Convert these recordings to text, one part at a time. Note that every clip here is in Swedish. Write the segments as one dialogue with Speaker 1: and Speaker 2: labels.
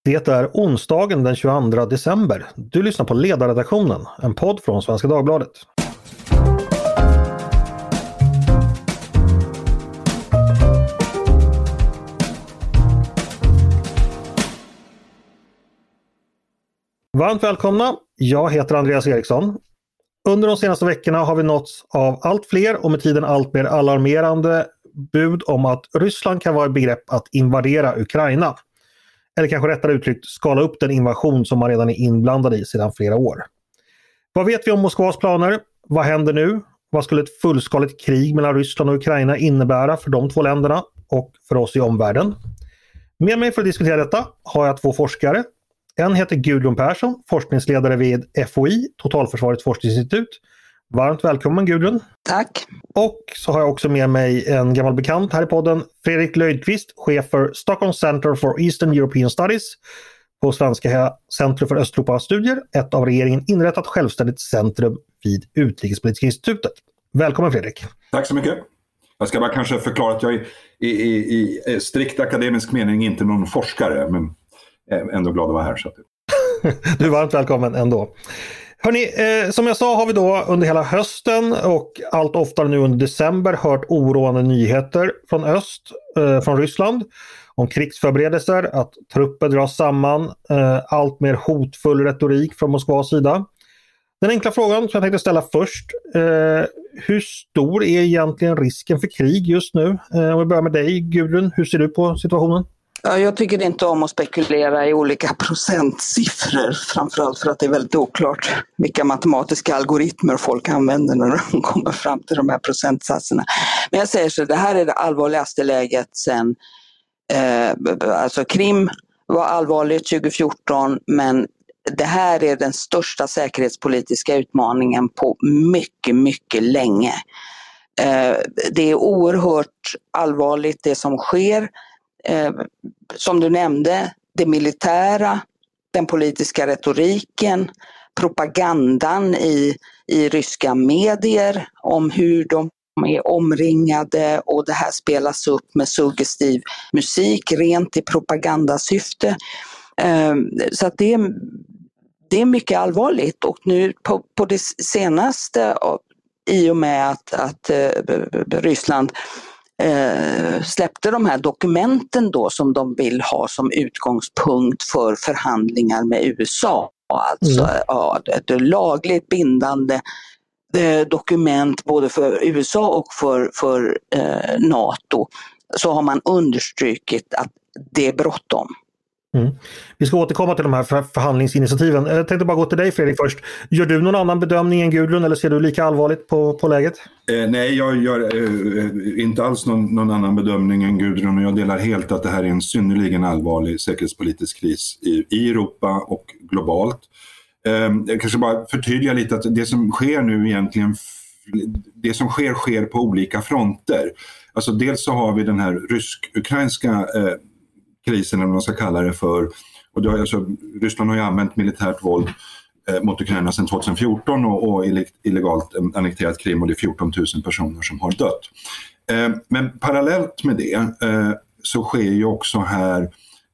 Speaker 1: Det är onsdagen den 22 december. Du lyssnar på Ledarredaktionen, en podd från Svenska Dagbladet. Varmt välkomna, jag heter Andreas Eriksson. Under de senaste veckorna har vi nåtts av allt fler och med tiden allt mer alarmerande bud om att Ryssland kan vara i begrepp att invadera Ukraina. Eller kanske rättare uttryckt skala upp den invasion som man redan är inblandad i sedan flera år. Vad vet vi om Moskvas planer? Vad händer nu? Vad skulle ett fullskaligt krig mellan Ryssland och Ukraina innebära för de två länderna och för oss i omvärlden? Med mig för att diskutera detta har jag två forskare. En heter Gudrun Persson, forskningsledare vid FOI, Totalförsvarets forskningsinstitut. Varmt välkommen Gudrun.
Speaker 2: Tack.
Speaker 1: Och så har jag också med mig en gammal bekant här i podden, Fredrik Löjdqvist, chef för Stockholm Center for Eastern European Studies på Svenska Centrum för Östeuropa-studier, ett av regeringen inrättat självständigt centrum vid Utrikespolitiska institutet. Välkommen Fredrik.
Speaker 3: Tack så mycket. Jag ska bara kanske förklara att jag i strikt akademisk mening inte är någon forskare, men ändå glad att vara här. Så att...
Speaker 1: Du är varmt välkommen ändå. Hörrni, som jag sa har vi då under hela hösten och allt oftare nu under december hört oroande nyheter från öst, från Ryssland, om krigsförberedelser, att trupper dras samman, allt mer hotfull retorik från Moskvas sida. Den enkla frågan som jag tänkte ställa först, hur stor är egentligen risken för krig just nu? Om vi börjar med dig Gudrun, hur ser du på situationen?
Speaker 2: Ja, jag tycker inte om att spekulera i olika procentsiffror, framförallt för att det är väldigt oklart vilka matematiska algoritmer folk använder när de kommer fram till de här procentsatserna. Men jag säger så, det här är det allvarligaste läget sen, alltså Krim var allvarligt 2014, men det här är den största säkerhetspolitiska utmaningen på mycket, mycket länge. Det är oerhört allvarligt det som sker. Som du nämnde, det militära, den politiska retoriken, propagandan i ryska medier om hur de är omringade och det här spelas upp med suggestiv musik rent i propagandasyfte. Så att det är mycket allvarligt och nu på det senaste i och med att Ryssland släppte de här dokumenten då som de vill ha som utgångspunkt för förhandlingar med USA. Alltså ett lagligt bindande dokument både för USA och för NATO, så har man understrukit att det är bråttom.
Speaker 1: Vi ska återkomma till de här förhandlingsinitiativen. Jag tänkte bara gå till dig Fredrik först. Gör du någon annan bedömning än Gudrun eller ser du lika allvarligt på läget?
Speaker 3: Nej, jag gör inte alls någon annan bedömning än Gudrun och jag delar helt att det här är en synnerligen allvarlig säkerhetspolitisk kris i Europa och globalt. Jag kanske bara förtydliga lite att det som sker nu egentligen, det som sker på olika fronter. Alltså dels så har vi den här rysk-ukrainska krisen eller vad man ska kalla det för. Och då, alltså, Ryssland har ju använt militärt våld mot Ukraina sedan 2014 och illegalt annekterat Krim och det är 14 000 personer som har dött. Men parallellt med det så sker ju också här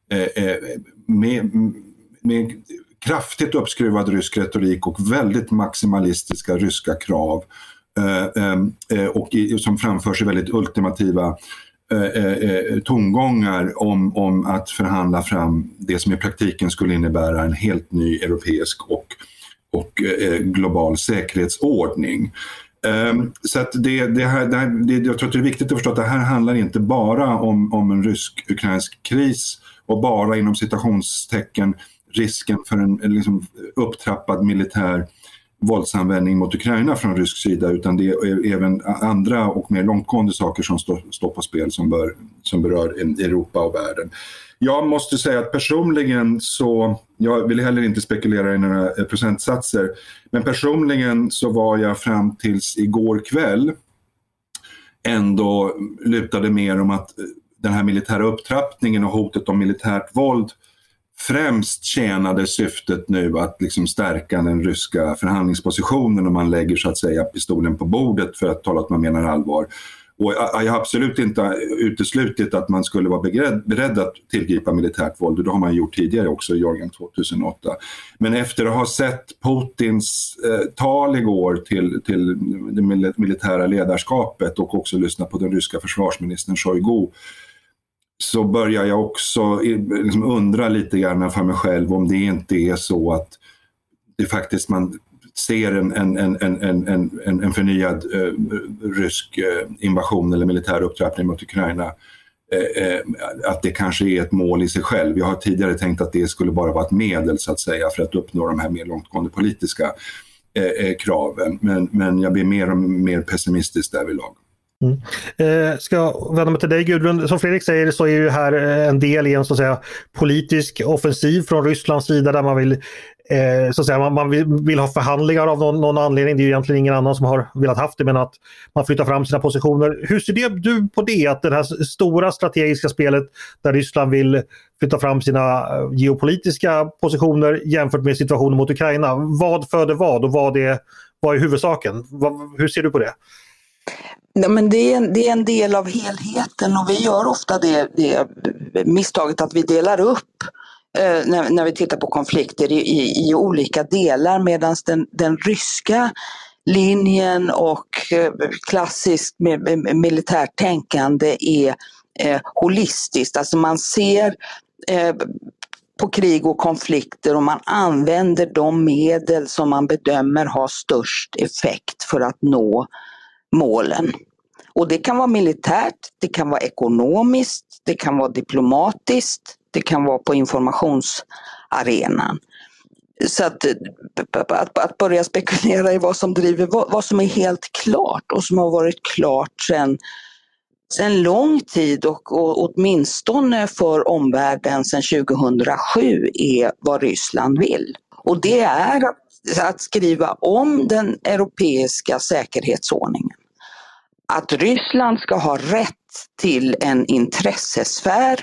Speaker 3: med kraftigt uppskruvad rysk retorik och väldigt maximalistiska ryska krav och som framförs i väldigt ultimativa tongångar om att förhandla fram det som i praktiken skulle innebära en helt ny europeisk och global säkerhetsordning. Så att jag tror att det är viktigt att förstå att det här handlar inte bara om en rysk-ukrainsk kris och bara inom citationstecken risken för en liksom upptrappad militär våldsanvändning mot Ukraina från rysk sida, utan det är även andra och mer långtgående saker som står på spel som berör Europa och världen. Jag måste säga att personligen så, jag vill heller inte spekulera i några procentsatser, men personligen så var jag fram tills igår kväll ändå lutade mer om att den här militära upptrappningen och hotet om militärt våld främst tjänade syftet nu att liksom stärka den ryska förhandlingspositionen, och man lägger så att säga pistolen på bordet för att tala att man menar allvar. Och jag har absolut inte uteslutit att man skulle vara beredd att tillgripa militärt våld. Och det har man gjort tidigare också i Georgien 2008. Men efter att ha sett Putins tal igår till det militära ledarskapet och också lyssnat på den ryska försvarsministern Shoigu, så börjar jag också liksom undra lite grann för mig själv om det inte är så att det faktiskt man ser en förnyad rysk invasion eller militär upptrappning mot Ukraina, att det kanske är ett mål i sig själv. Jag har tidigare tänkt att det skulle bara vara ett medel så att säga för att uppnå de här mer långtgående politiska kraven. Men jag blir mer och mer pessimistisk därvidlag.
Speaker 1: Ska jag vända mig till dig, Gudrun. Som Fredrik säger så är ju här en del i en så att säga politisk offensiv från Rysslands sida där man vill så att säga, man vill ha förhandlingar av någon anledning. Det är ju egentligen ingen annan som har velat haft det, men att man flyttar fram sina positioner. Hur ser du på det? Att det här stora strategiska spelet där Ryssland vill flytta fram sina geopolitiska positioner jämfört med situationen mot Ukraina. Vad föder vad och vad är huvudsaken? Hur ser du på det?
Speaker 2: Nej, men det är en del av helheten och vi gör ofta det misstaget att vi delar upp när vi tittar på konflikter i olika delar, medan den ryska linjen och klassiskt militärt tänkande är holistiskt. Alltså man ser på krig och konflikter och man använder de medel som man bedömer har störst effekt för att nå målen. Och det kan vara militärt, det kan vara ekonomiskt, det kan vara diplomatiskt, det kan vara på informationsarenan. Så att börja spekulera i vad som driver, vad som är helt klart och som har varit klart sedan lång tid och åtminstone för omvärlden sedan 2007 är vad Ryssland vill. Och det är att skriva om den europeiska säkerhetsordningen. Att Ryssland ska ha rätt till en intressesfär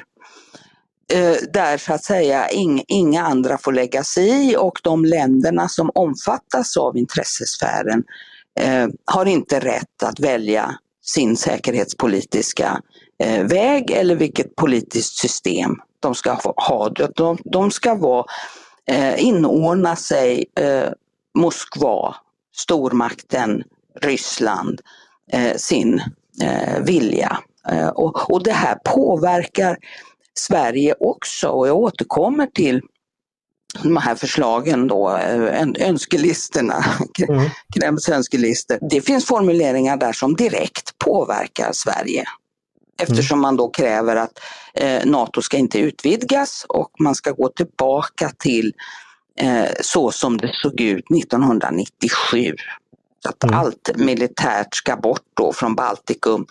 Speaker 2: där så att säga inga andra får lägga sig i, och de länderna som omfattas av intressesfären har inte rätt att välja sin säkerhetspolitiska väg eller vilket politiskt system de ska ha. De ska inordna sig Moskva, stormakten Ryssland, sin vilja. Och det här påverkar Sverige också, och jag återkommer till de här förslagen då, önskelistorna, Kremls önskelistor. Det finns formuleringar där som direkt påverkar Sverige. Eftersom man då kräver att NATO ska inte utvidgas och man ska gå tillbaka till så som det såg ut 1997. Så att allt militärt ska bort då från Baltikum,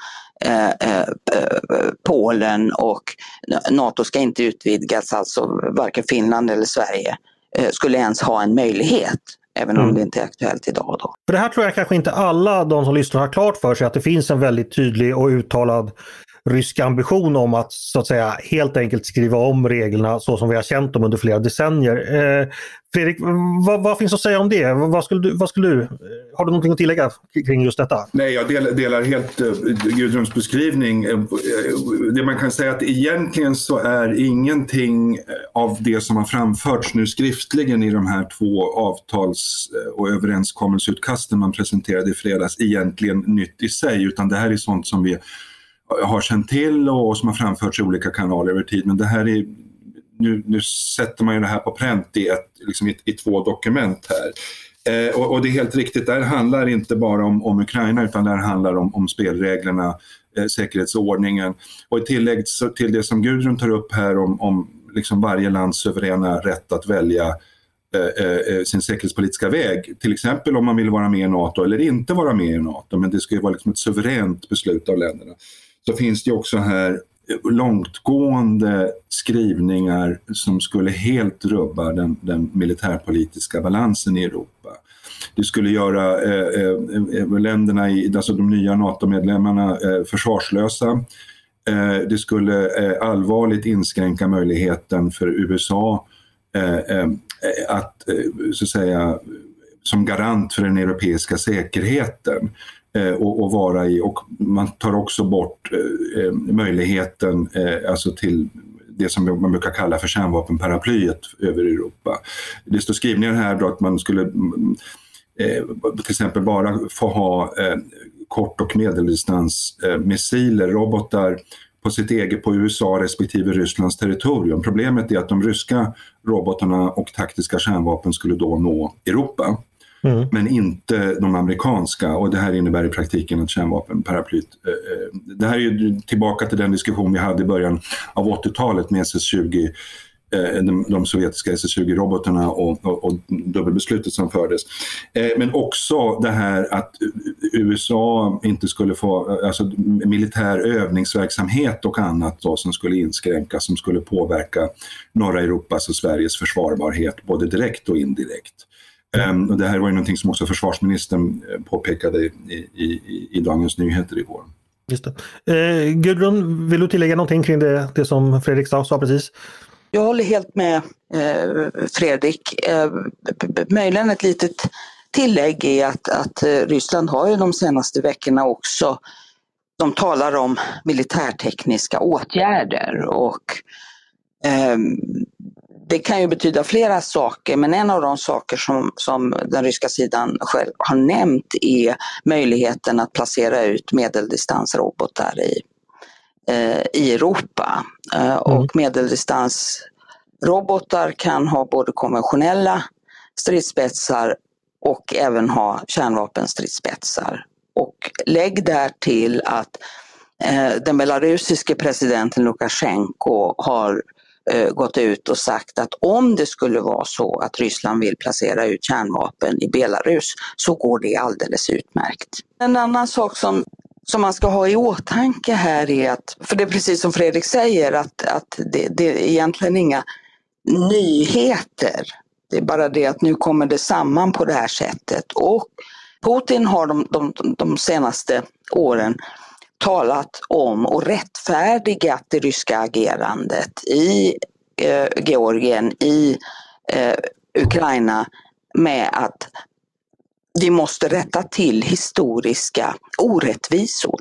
Speaker 2: Polen, och NATO ska inte utvidgas, alltså varken Finland eller Sverige skulle ens ha en möjlighet, även om det inte är aktuellt idag då.
Speaker 1: För det här tror jag kanske inte alla de som lyssnar har klart för sig, att det finns en väldigt tydlig och uttalad rysk ambition om att så att säga helt enkelt skriva om reglerna så som vi har känt dem under flera decennier. Fredrik, vad finns att säga om det? Vad skulle du har du någonting att tillägga kring just detta?
Speaker 3: Nej, jag delar helt Gudruns beskrivning. Det man kan säga att egentligen så är ingenting av det som har framförts nu skriftligen i de här 2 avtals- och överenskommelseutkasten man presenterade i fredags egentligen nytt i sig, utan det här är sånt som vi har känt till och som har framförts i olika kanaler över tid. Men det här är, nu sätter man ju det här på pränt i 2 dokument här. Och det är helt riktigt, det här handlar inte bara om Ukraina, utan det här handlar om spelreglerna, säkerhetsordningen. Och i tillägg till det som Gudrun tar upp här om liksom varje lands suveräna rätt att välja sin säkerhetspolitiska väg. Till exempel om man vill vara med i NATO eller inte vara med i NATO, men det ska ju vara liksom ett suveränt beslut av länderna. Så finns det också här långtgående skrivningar som skulle helt rubba den militärpolitiska balansen i Europa. Det skulle göra länderna, alltså de nya NATO-medlemmarna, försvarslösa. Det skulle allvarligt inskränka möjligheten för USA att så att säga som garant för den europeiska säkerheten och vara i, och man tar också bort möjligheten alltså till det som man brukar kalla för kärnvapenparaplyet över Europa. Det står skrivningar här då att man skulle till exempel bara få ha kort- och medeldistansmissiler, robotar på USA respektive Rysslands territorium. Problemet är att de ryska robotarna och taktiska kärnvapen skulle då nå Europa. Men inte de amerikanska, och det här innebär i praktiken att kärnvapenparaplyt. Det här är ju tillbaka till den diskussion vi hade i början av 80-talet med SS-20, de sovjetiska SS-20-robotarna och dubbelbeslutet som fördes. Men också det här att USA inte skulle få, alltså militär övningsverksamhet och annat då, som skulle inskränkas, som skulle påverka norra Europas och Sveriges försvarbarhet både direkt och indirekt. Och det här var ju någonting som också försvarsministern påpekade i Dagens Nyheter igår.
Speaker 1: Just det. Gudrun, vill du tillägga någonting kring det som Fredrik sa precis?
Speaker 2: Jag håller helt med Fredrik. Möjligen ett litet tillägg är att Ryssland har ju de senaste veckorna också, de talar om militärtekniska åtgärder, och det kan ju betyda flera saker, men en av de saker som den ryska sidan själv har nämnt är möjligheten att placera ut medeldistansrobotar i Europa. Och medeldistansrobotar kan ha både konventionella stridsspetsar och även ha kärnvapenstridsspetsar. Och lägg där till att den belarusiske presidenten Lukasjenko har gått ut och sagt att om det skulle vara så att Ryssland vill placera ut kärnvapen i Belarus så går det alldeles utmärkt. En annan sak som man ska ha i åtanke här är att, för det är precis som Fredrik säger, att det är egentligen inga nyheter. Det är bara det att nu kommer det samman på det här sättet, och Putin har de senaste åren talat om och rättfärdigat det ryska agerandet i Georgien, i Ukraina, med att vi måste rätta till historiska orättvisor.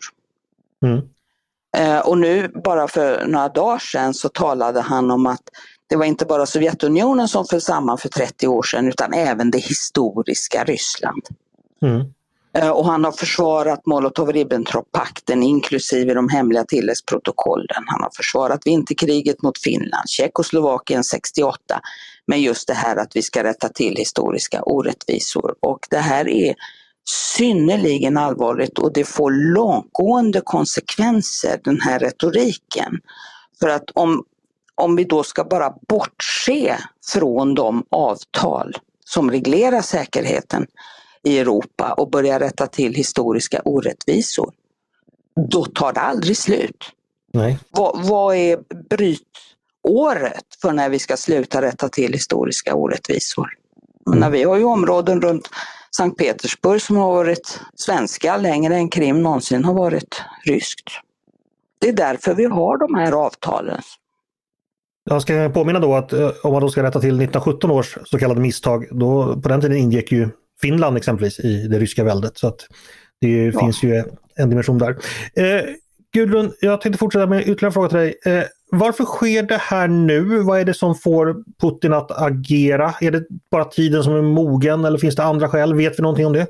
Speaker 2: Och nu bara för några dagar sedan så talade han om att det var inte bara Sovjetunionen som föll samman för 30 år sedan, utan även det historiska Ryssland. Och han har försvarat Molotov-Ribbentrop-pakten inklusive de hemliga tilläggsprotokollen. Han har försvarat vinterkriget mot Finland, Tjeckoslovakien 68, med just det här att vi ska rätta till historiska orättvisor. Och det här är synnerligen allvarligt, och det får långtgående konsekvenser, den här retoriken. För att om vi då ska bara bortse från de avtal som reglerar säkerheten i Europa och börja rätta till historiska orättvisor, då tar det aldrig slut.
Speaker 1: Nej.
Speaker 2: Vad är brytåret för när vi ska sluta rätta till historiska orättvisor? Men vi har ju områden runt Sankt Petersburg som har varit svenska längre än Krim någonsin har varit ryskt. Det är därför vi har de här avtalen.
Speaker 1: Jag ska påminna då att om man då ska rätta till 1917 års så kallade misstag, då på den tiden ingick ju Finland exempelvis i det ryska väldet, så att det finns ju en dimension där. Gudrun, jag tänkte fortsätta med ytterligare fråga till dig. Varför sker det här nu? Vad är det som får Putin att agera? Är det bara tiden som är mogen, eller finns det andra skäl? Vet vi någonting om det?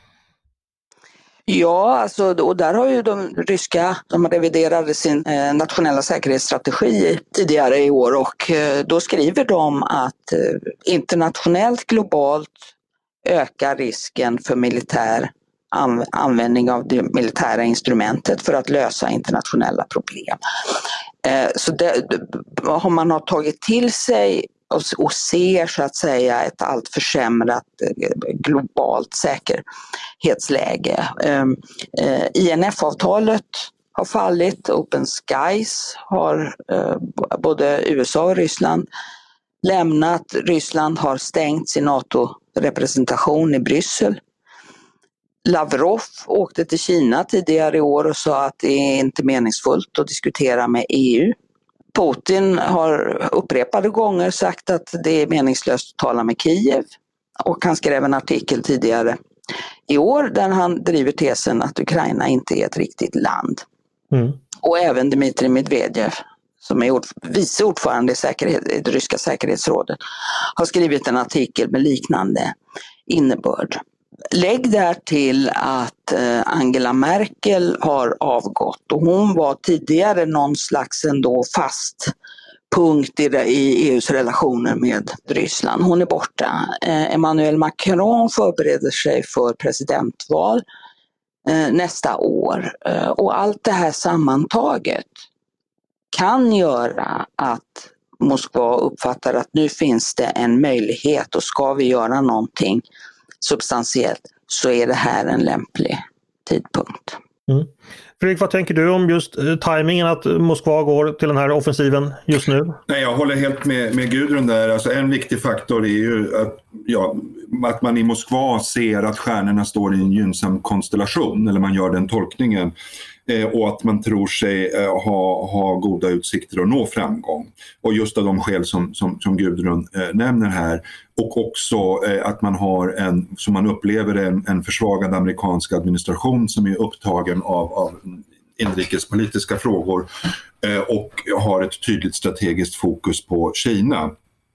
Speaker 2: Ja, alltså, och där har ju de reviderade sin nationella säkerhetsstrategi tidigare i år, och då skriver de att internationellt, globalt ökar risken för militär användning av det militära instrumentet för att lösa internationella problem. Så man har tagit till sig och ser så att säga ett allt försämrat globalt säkerhetsläge. INF-avtalet har fallit, Open Skies har både USA och Ryssland lämnat. Ryssland har stängt sin NATO-representation i Bryssel. Lavrov åkte till Kina tidigare i år och sa att det är inte meningsfullt att diskutera med EU. Putin har upprepade gånger sagt att det är meningslöst att tala med Kiev, och han skrev en artikel tidigare i år, där han driver tesen att Ukraina inte är ett riktigt land. Och även Dmitrij Medvedev, som är vice ordförande i det ryska säkerhetsrådet, har skrivit en artikel med liknande innebörd. Lägg där till att Angela Merkel har avgått, och hon var tidigare någon slags ändå fast punkt i EUs relationer med Ryssland. Hon är borta. Emmanuel Macron förbereder sig för presidentval nästa år. Och allt det här sammantaget kan göra att Moskva uppfattar att nu finns det en möjlighet, och ska vi göra någonting substantiellt så är det här en lämplig tidpunkt.
Speaker 1: Fredrik, vad tänker du om just tajmingen att Moskva går till den här offensiven just nu?
Speaker 3: Nej, jag håller helt med Gudrun där. Alltså, en viktig faktor är ju att man i Moskva ser att stjärnorna står i en gynnsam konstellation, eller man gör den tolkningen. Och att man tror sig ha goda utsikter att nå framgång. Och just av de skäl som Gudrun nämner här. Och också att man har som man upplever en försvagad amerikansk administration som är upptagen av inrikespolitiska frågor och har ett tydligt strategiskt fokus på Kina.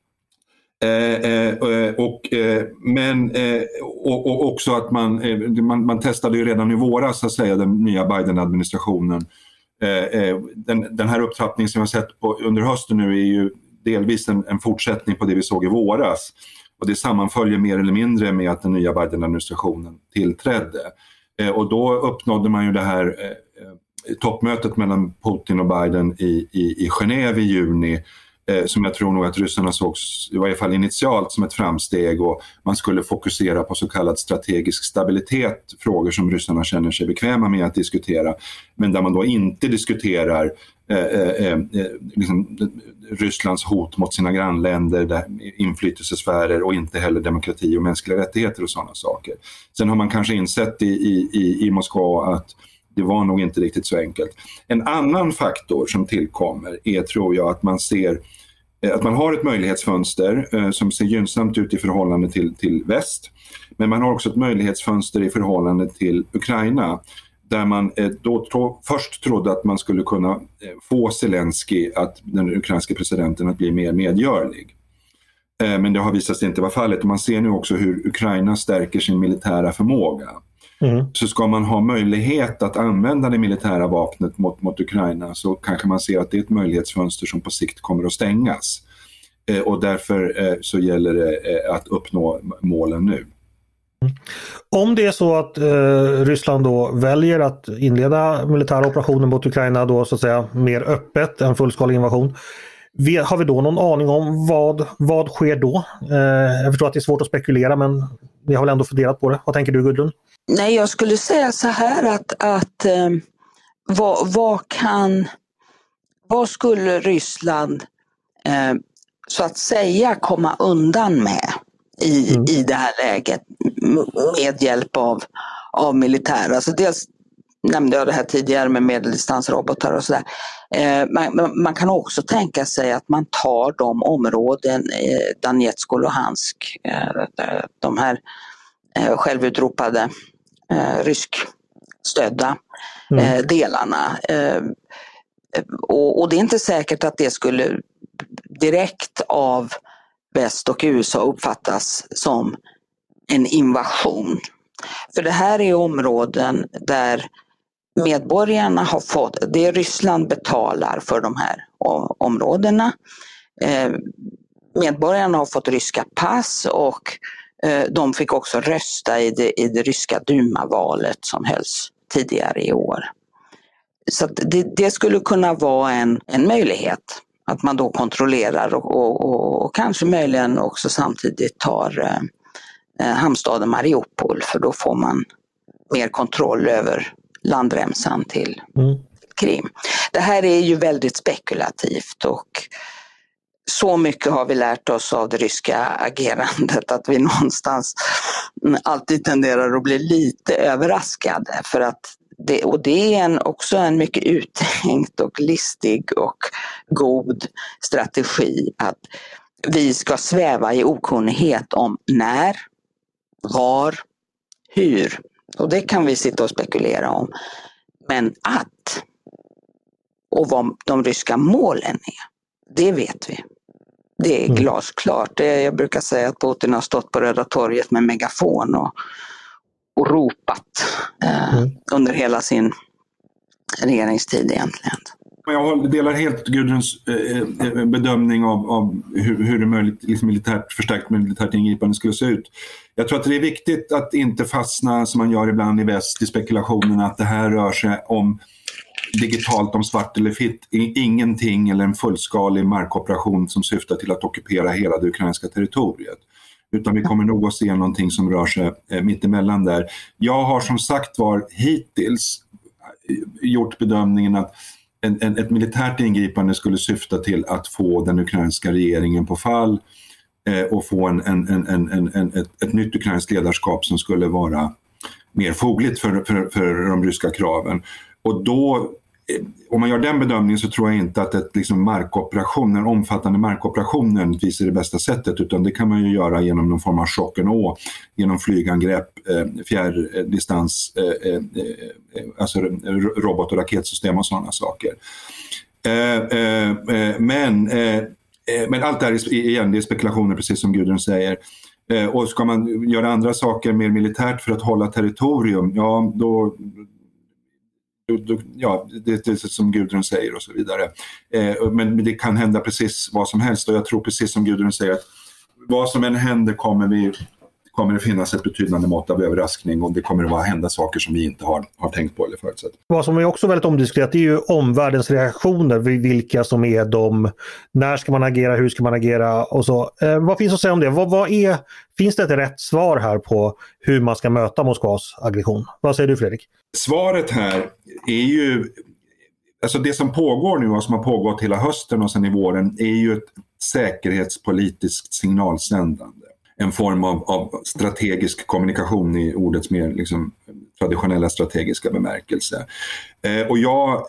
Speaker 3: Och också att man testade ju redan i våras, så att säga, den nya Biden-administrationen. Den här upptrappningen som vi har sett under hösten nu är ju delvis en fortsättning på det vi såg i våras. Och det sammanföljer mer eller mindre med att den nya Biden-administrationen tillträdde. Och då uppnådde man ju det här toppmötet mellan Putin och Biden i Genève i juni, som jag tror nog att ryssarna såg i varje fall initialt som ett framsteg, och man skulle fokusera på så kallad strategisk stabilitet, frågor som ryssarna känner sig bekväma med att diskutera, men där man då inte diskuterar liksom Rysslands hot mot sina grannländer, där inflytelsesfärer, och inte heller demokrati och mänskliga rättigheter och sådana saker. Sen har man kanske insett i Moskva att det var nog inte riktigt så enkelt. En annan faktor som tillkommer är, tror jag, att man ser att man har ett möjlighetsfönster som ser gynnsamt ut i förhållande till väst. Men man har också ett möjlighetsfönster i förhållande till Ukraina, där man då först trodde att man skulle kunna få Zelensky, den ukrainska presidenten, att bli mer medgörlig. Men det har visat sig inte vara fallet, och man ser nu också hur Ukraina stärker sin militära förmåga. Så ska man ha möjlighet att använda det militära vapnet mot Ukraina, så kanske man ser att det är ett möjlighetsfönster som på sikt kommer att stängas. Och därför så gäller det att uppnå målen nu.
Speaker 1: Om det är så att Ryssland då väljer att inleda militära operationer mot Ukraina då, så att säga, mer öppet än fullskalig invasion, har vi då någon aning om vad sker då? Jag förstår att det är svårt att spekulera, men vi har väl ändå funderat på det. Vad tänker du, Gudrun?
Speaker 2: Nej, jag skulle säga så här att vad skulle Ryssland så att säga komma undan med i det här läget med hjälp av militär? Alltså dels nämnde jag det här tidigare med medeldistansrobotar och sådär. Man kan också tänka sig att man tar de områden, Donetsk och Luhansk, de här självutropade ryskstödda delarna. Och det är inte säkert att det skulle direkt av väst och USA uppfattas som en invasion. För det här är områden där medborgarna har fått, det Ryssland betalar för de här områdena. Medborgarna har fått ryska pass, och de fick också rösta i det ryska Duma-valet som hölls tidigare i år. Så att det skulle kunna vara en möjlighet att man då kontrollerar och kanske möjligen också samtidigt tar hamnstaden Mariupol, för då får man mer kontroll över landremsan till Krim. Det här är ju väldigt spekulativt, och så mycket har vi lärt oss av det ryska agerandet att vi någonstans alltid tenderar att bli lite överraskade, för att det är också en mycket uttänkt och listig och god strategi att vi ska sväva i okunnighet om när, var, hur. Och det kan vi sitta och spekulera om. Men att och vad de ryska målen är, det vet vi. Det är glasklart. Jag brukar säga att Putin har stått på Röda torget med megafon och ropat under hela sin regeringstid egentligen.
Speaker 3: Jag delar helt Gudruns bedömning av hur det möjligt, liksom förstärkt militärt ingripande skulle se ut. Jag tror att det är viktigt att inte fastna, som man gör ibland i väst, i spekulationen att det här rör sig om digitalt, om svart eller vitt, ingenting eller en fullskalig markoperation som syftar till att ockupera hela det ukrainska territoriet. Utan vi kommer nog att se någonting som rör sig mittemellan där. Jag har som sagt hittills gjort bedömningen att ett militärt ingripande skulle syfta till att få den ukrainska regeringen på fall och få ett nytt ukrainskt ledarskap som skulle vara mer fogligt för de ryska kraven. Och då, om man gör den bedömningen, så tror jag inte att en omfattande markoperation nödvändigtvis är det bästa sättet, utan det kan man ju göra genom någon form av chock and awe, genom flygangrepp, fjärrdistans, alltså robot- och raketsystem och sådana saker. Men allt det här igen, det är spekulationer, precis som Gudrun säger. Och ska man göra andra saker mer militärt för att hålla territorium, ja då det är som Gudrun säger och så vidare. Men det kan hända precis vad som helst, och jag tror precis som Gudrun säger att vad som än händer kommer det finnas ett betydande mått av överraskning, och det kommer att hända saker som vi inte har tänkt på eller förutsett.
Speaker 1: Vad som är också väldigt omdiskuterat är ju omvärldens reaktioner, vilka som är när ska man agera, hur ska man agera och så. Vad finns att säga om det? Finns det ett rätt svar här på hur man ska möta Moskvas aggression? Vad säger du, Fredrik?
Speaker 3: Svaret här är ju, alltså det som pågår nu och som har pågått hela hösten och sen i våren, är ju ett säkerhetspolitiskt signalsändande. En form av strategisk kommunikation i ordets mer traditionella strategiska bemärkelse. Och jag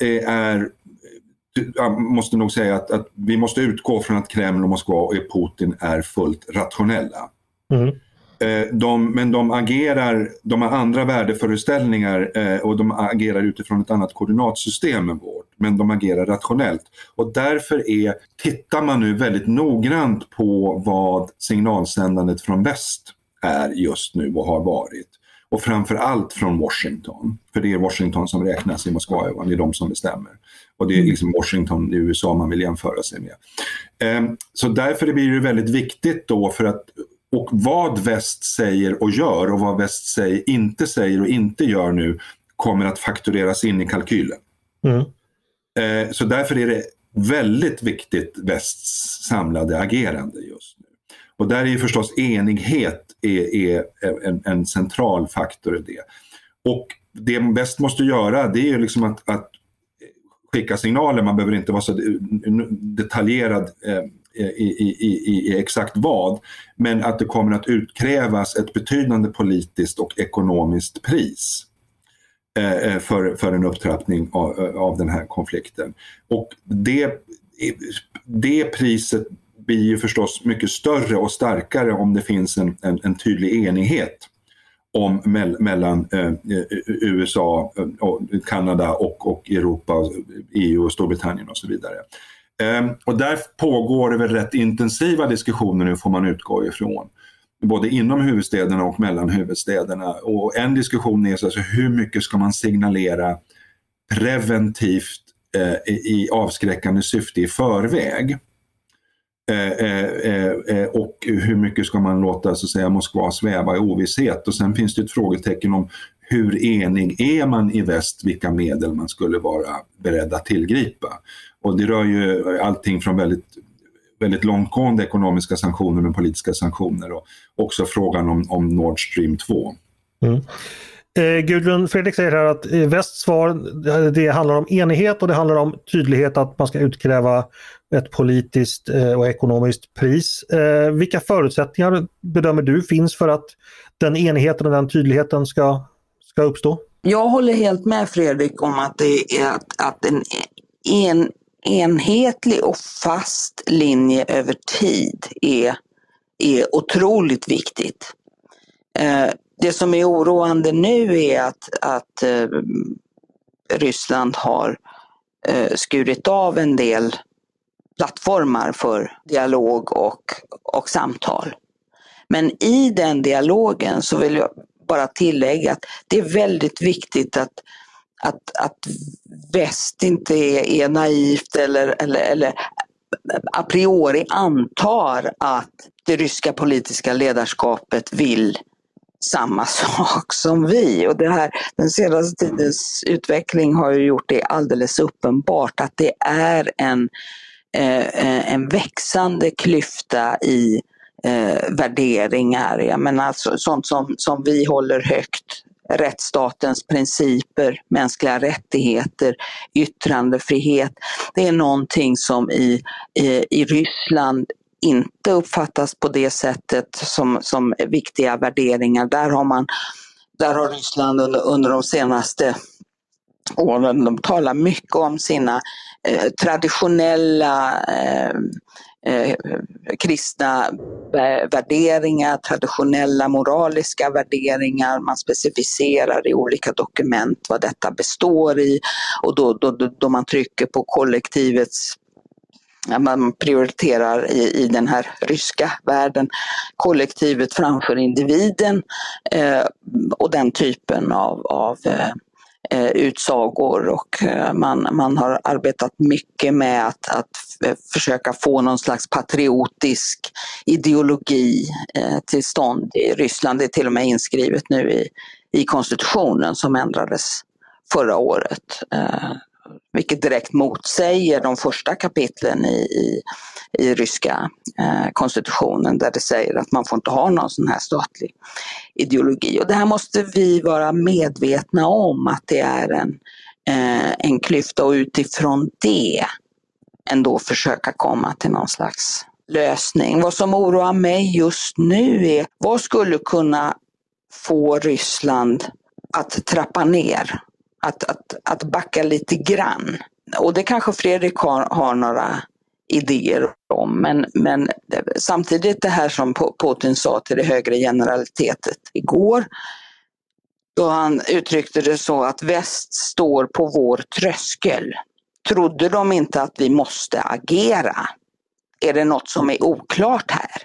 Speaker 3: måste nog säga att vi måste utgå från att Kreml och Moskva och Putin är fullt rationella. Men de har andra värdeföreställningar och de agerar utifrån ett annat koordinatsystem än vårt, men de agerar rationellt. Och därför tittar man nu väldigt noggrant på vad signalsändandet från väst är just nu och har varit. Och framförallt från Washington, för det är Washington som räknas i Moskva, det är de som bestämmer. Och det är Washington i USA man vill jämföra sig med. Så därför blir det väldigt viktigt då och vad väst säger och gör och vad väst inte säger och inte gör nu kommer att faktureras in i kalkylen. Så därför är det väldigt viktigt västs samlade agerande just nu. Och där är ju förstås enighet är en central faktor i det. Och det väst måste göra, det är ju att skicka signaler. Man behöver inte vara så detaljerad i exakt vad, men att det kommer att utkrävas ett betydande politiskt och ekonomiskt pris för en upptrappning av den här konflikten. Och det priset blir ju förstås mycket större och starkare om det finns en tydlig enighet mellan USA och Kanada och Europa, EU och Storbritannien och så vidare. Och där pågår det väl rätt intensiva diskussioner nu, får man utgå ifrån. Både inom huvudstäderna och mellan huvudstäderna. Och en diskussion är alltså hur mycket ska man signalera preventivt i avskräckande syfte i förväg. Och hur mycket ska man låta så att säga Moskva sväva i ovisshet. Och sen finns det ett frågetecken om hur enig är man i väst, vilka medel man skulle vara beredd att tillgripa. Och det rör ju allting från väldigt, väldigt långtgående ekonomiska sanktioner med politiska sanktioner och också frågan om Nord Stream 2.
Speaker 1: Gudrun, Fredrik säger här att västs svar, det handlar om enighet och det handlar om tydlighet, att man ska utkräva ett politiskt och ekonomiskt pris. Vilka förutsättningar bedömer du finns för att den enigheten och den tydligheten ska uppstå?
Speaker 2: Jag håller helt med Fredrik om att det är att en enhetlig och fast linje över tid är otroligt viktigt. Det som är oroande nu är att Ryssland har skurit av en del plattformar för dialog och samtal. Men i den dialogen så vill jag bara tillägga att det är väldigt viktigt att väst inte är naivt eller a priori antar att det ryska politiska ledarskapet vill samma sak som vi. Och den senaste tidens utveckling har ju gjort det alldeles uppenbart att det är en växande klyfta i värderingar. Jag menar alltså, sånt som vi håller högt, rättsstatens principer, mänskliga rättigheter, yttrandefrihet. Det är någonting som i Ryssland inte uppfattas på det sättet som viktiga värderingar. Där har Ryssland under de senaste åren, de talar mycket om sina traditionella kristna värderingar, traditionella moraliska värderingar. Man specificerar i olika dokument vad detta består i, och då man trycker på kollektivets, man prioriterar i den här ryska världen kollektivet framför individen och den typen av utsagor, och man har arbetat mycket med att försöka få någon slags patriotisk ideologi till stånd i Ryssland. Det är till och med inskrivet nu i konstitutionen som ändrades förra året, vilket direkt motsäger de första kapitlen i ryska konstitutionen, där det säger att man får inte ha någon sån här statlig ideologi. Och det här måste vi vara medvetna om, att det är en klyfta, och utifrån det ändå försöka komma till någon slags lösning. Vad som oroar mig just nu är vad skulle kunna få Ryssland att trappa ner, att backa lite grann. Och det kanske Fredrik har några idéer om, men samtidigt det här som Putin sa till det högre generalitetet igår, då han uttryckte det så att väst står på vår tröskel. Trodde de inte att vi måste agera? Är det något som är oklart här?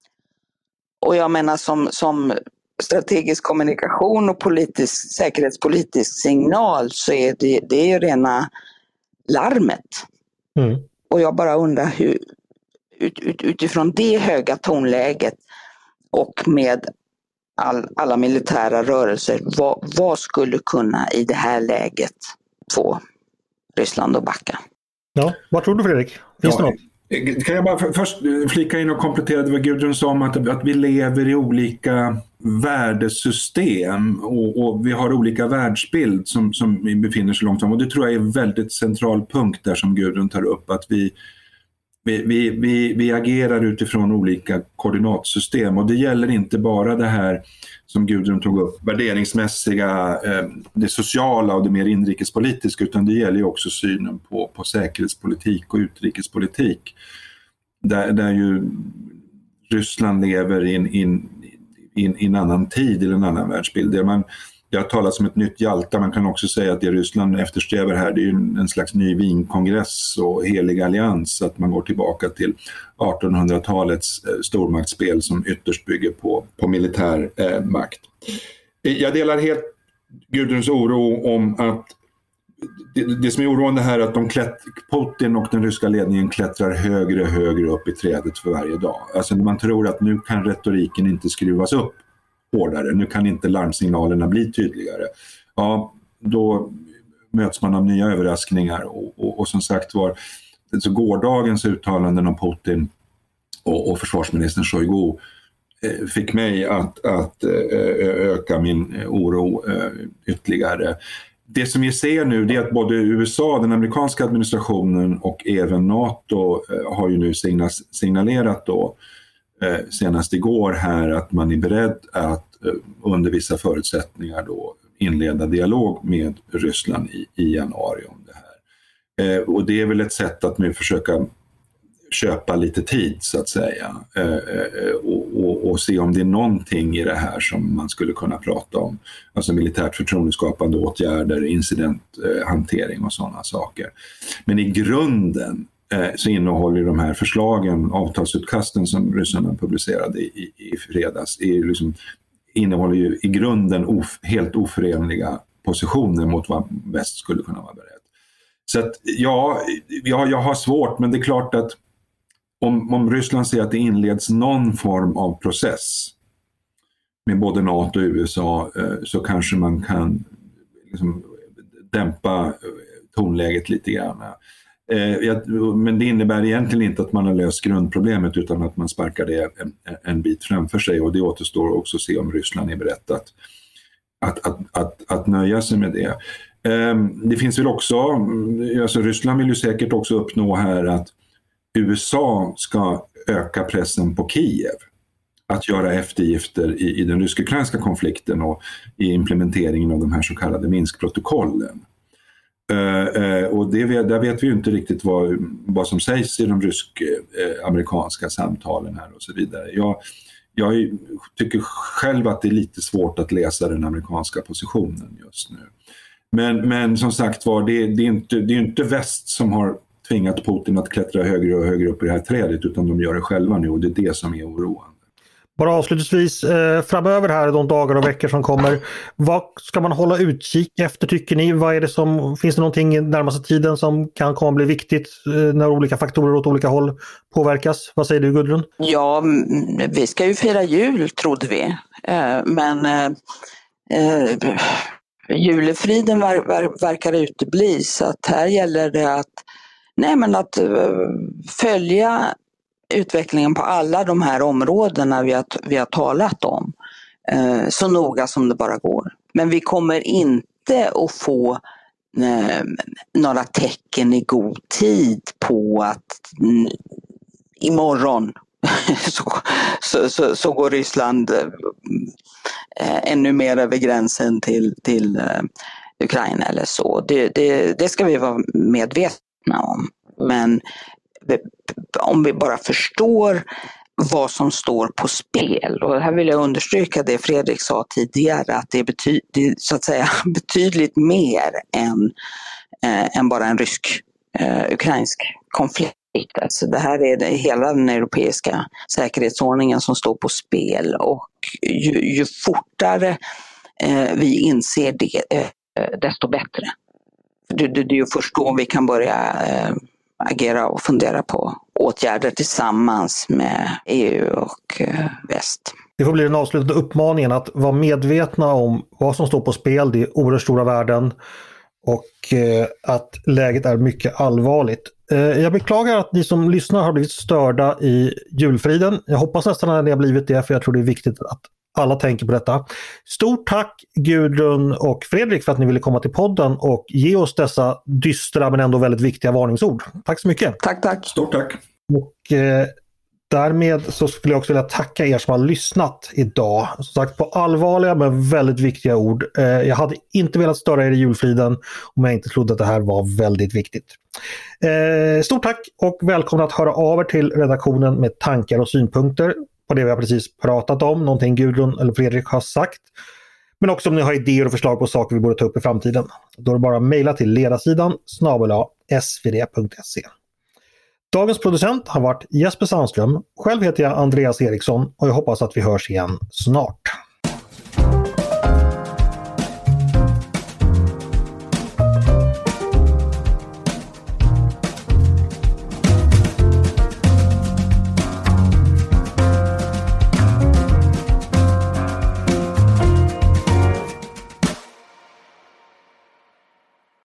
Speaker 2: Och jag menar som strategisk kommunikation och säkerhetspolitisk signal så är det ju rena larmet. Mm. Och jag bara undrar hur utifrån det höga tonläget och med alla militära rörelser, vad skulle kunna i det här läget få Ryssland att backa?
Speaker 1: Ja, vad tror du, Fredrik? Finns det något?
Speaker 3: Kan jag bara först flika in och komplettera det vad Gudrun sa om att vi lever i olika värdesystem och vi har olika världsbild som vi befinner sig långt om. Och det tror jag är en väldigt central punkt där som Gudrun tar upp, att vi agerar utifrån olika koordinatsystem, och det gäller inte bara det här som Gudrun tog upp, värderingsmässiga, det sociala och det mer inrikespolitiska, utan det gäller ju också synen på säkerhetspolitik och utrikespolitik, där ju Ryssland lever i en annan tid, i en annan världsbild. Det har talats om ett nytt Jalta, man kan också säga att det Ryssland eftersträvar här, det är ju en slags ny Wienkongress och helig allians, att man går tillbaka till 1800-talets stormaktsspel som ytterst bygger på militär makt. Jag delar helt Gudruns oro om att det som är oroande här är att Putin och den ryska ledningen klättrar högre och högre upp i trädet för varje dag. Alltså man tror att nu kan retoriken inte skruvas upp hårdare, nu kan inte larmsignalerna bli tydligare. Ja, då möts man av nya överraskningar och som sagt var, så gårdagens uttalanden om Putin och försvarsministern Shoigu fick mig att öka min oro ytterligare. Det som vi ser nu, det är att både USA, den amerikanska administrationen och även NATO har ju nu signalerat då senast igår här att man är beredd att under vissa förutsättningar då inleda dialog med Ryssland i januari om det här. Och det är väl ett sätt att nu försöka köpa lite tid så att säga och se om det är någonting i det här som man skulle kunna prata om. Alltså militärt förtroendeskapande åtgärder, incidenthantering och sådana saker. Men i grunden så innehåller de här förslagen, avtalsutkasten som ryssarna publicerade i fredags, innehåller ju i grunden helt oförenliga positioner mot vad väst skulle kunna vara beredd. Så att jag har svårt, men det är klart att om Ryssland ser att det inleds någon form av process med både NATO och USA, så kanske man kan dämpa tonläget lite grann. Men det innebär egentligen inte att man har löst grundproblemet, utan att man sparkar det en bit framför sig, och det återstår också att se om Ryssland är berett att nöja sig med det. Det finns väl också, alltså Ryssland vill ju säkert också uppnå här att USA ska öka pressen på Kiev att göra eftergifter i den rysk-ukrainska konflikten och i implementeringen av de här så kallade Minskprotokollen. Och där vet vi ju inte riktigt vad som sägs i de rysk-amerikanska samtalen här och så vidare. Jag tycker själv att det är lite svårt att läsa den amerikanska positionen just nu. Men som sagt var, det är inte väst som har tvingat Putin att klättra högre och högre upp i det här trädet, utan de gör det själva nu, och det är det som är oroande.
Speaker 1: Bara avslutningsvis, framöver här de dagar och veckor som kommer, vad ska man hålla utkik efter, tycker ni? Finns det någonting i närmaste tiden som kan komma att bli viktigt när olika faktorer åt olika håll påverkas? Vad säger du, Gudrun?
Speaker 2: Ja, vi ska ju fira jul, trodde vi. Men julefriden verkar utebli, så att här gäller det att följa utvecklingen på alla de här områdena vi har talat om så noga som det bara går. Men vi kommer inte att få några tecken i god tid på att imorgon så går Ryssland ännu mer över gränsen till Ukraina eller så. Det ska vi vara medvetna om. Men om vi bara förstår vad som står på spel, och här vill jag understryka det Fredrik sa tidigare, att det är så att säga betydligt mer än bara en rysk-ukrainsk konflikt. Alltså det här är hela den europeiska säkerhetsordningen som står på spel, och ju fortare vi inser det, desto bättre. Det är ju först då vi kan börja agera och fundera på åtgärder tillsammans med EU och väst.
Speaker 1: Det får bli den avslutande uppmaningen att vara medvetna om vad som står på spel. Det är oerhört stora värden och att läget är mycket allvarligt. Jag beklagar att ni som lyssnar har blivit störda i julfriden. Jag hoppas nästan att ni har blivit det, för jag tror det är viktigt att alla tänker på detta. Stort tack Gudrun och Fredrik för att ni ville komma till podden och ge oss dessa dystra men ändå väldigt viktiga varningsord. Tack så mycket.
Speaker 2: Tack.
Speaker 3: Stort tack.
Speaker 1: Och därmed så skulle jag också vilja tacka er som har lyssnat idag. Som sagt, på allvarliga men väldigt viktiga ord. Jag hade inte velat störa er i julfriden om jag inte trodde att det här var väldigt viktigt. Stort tack och välkomna att höra av er till redaktionen med tankar och synpunkter på det vi har precis pratat om, någonting Gudrun eller Fredrik har sagt. Men också om ni har idéer och förslag på saker vi borde ta upp i framtiden. Då är det bara att mejla till ledarsidan @svd.se. Dagens producent har varit Jesper Sandström. Själv heter jag Andreas Eriksson och jag hoppas att vi hörs igen snart.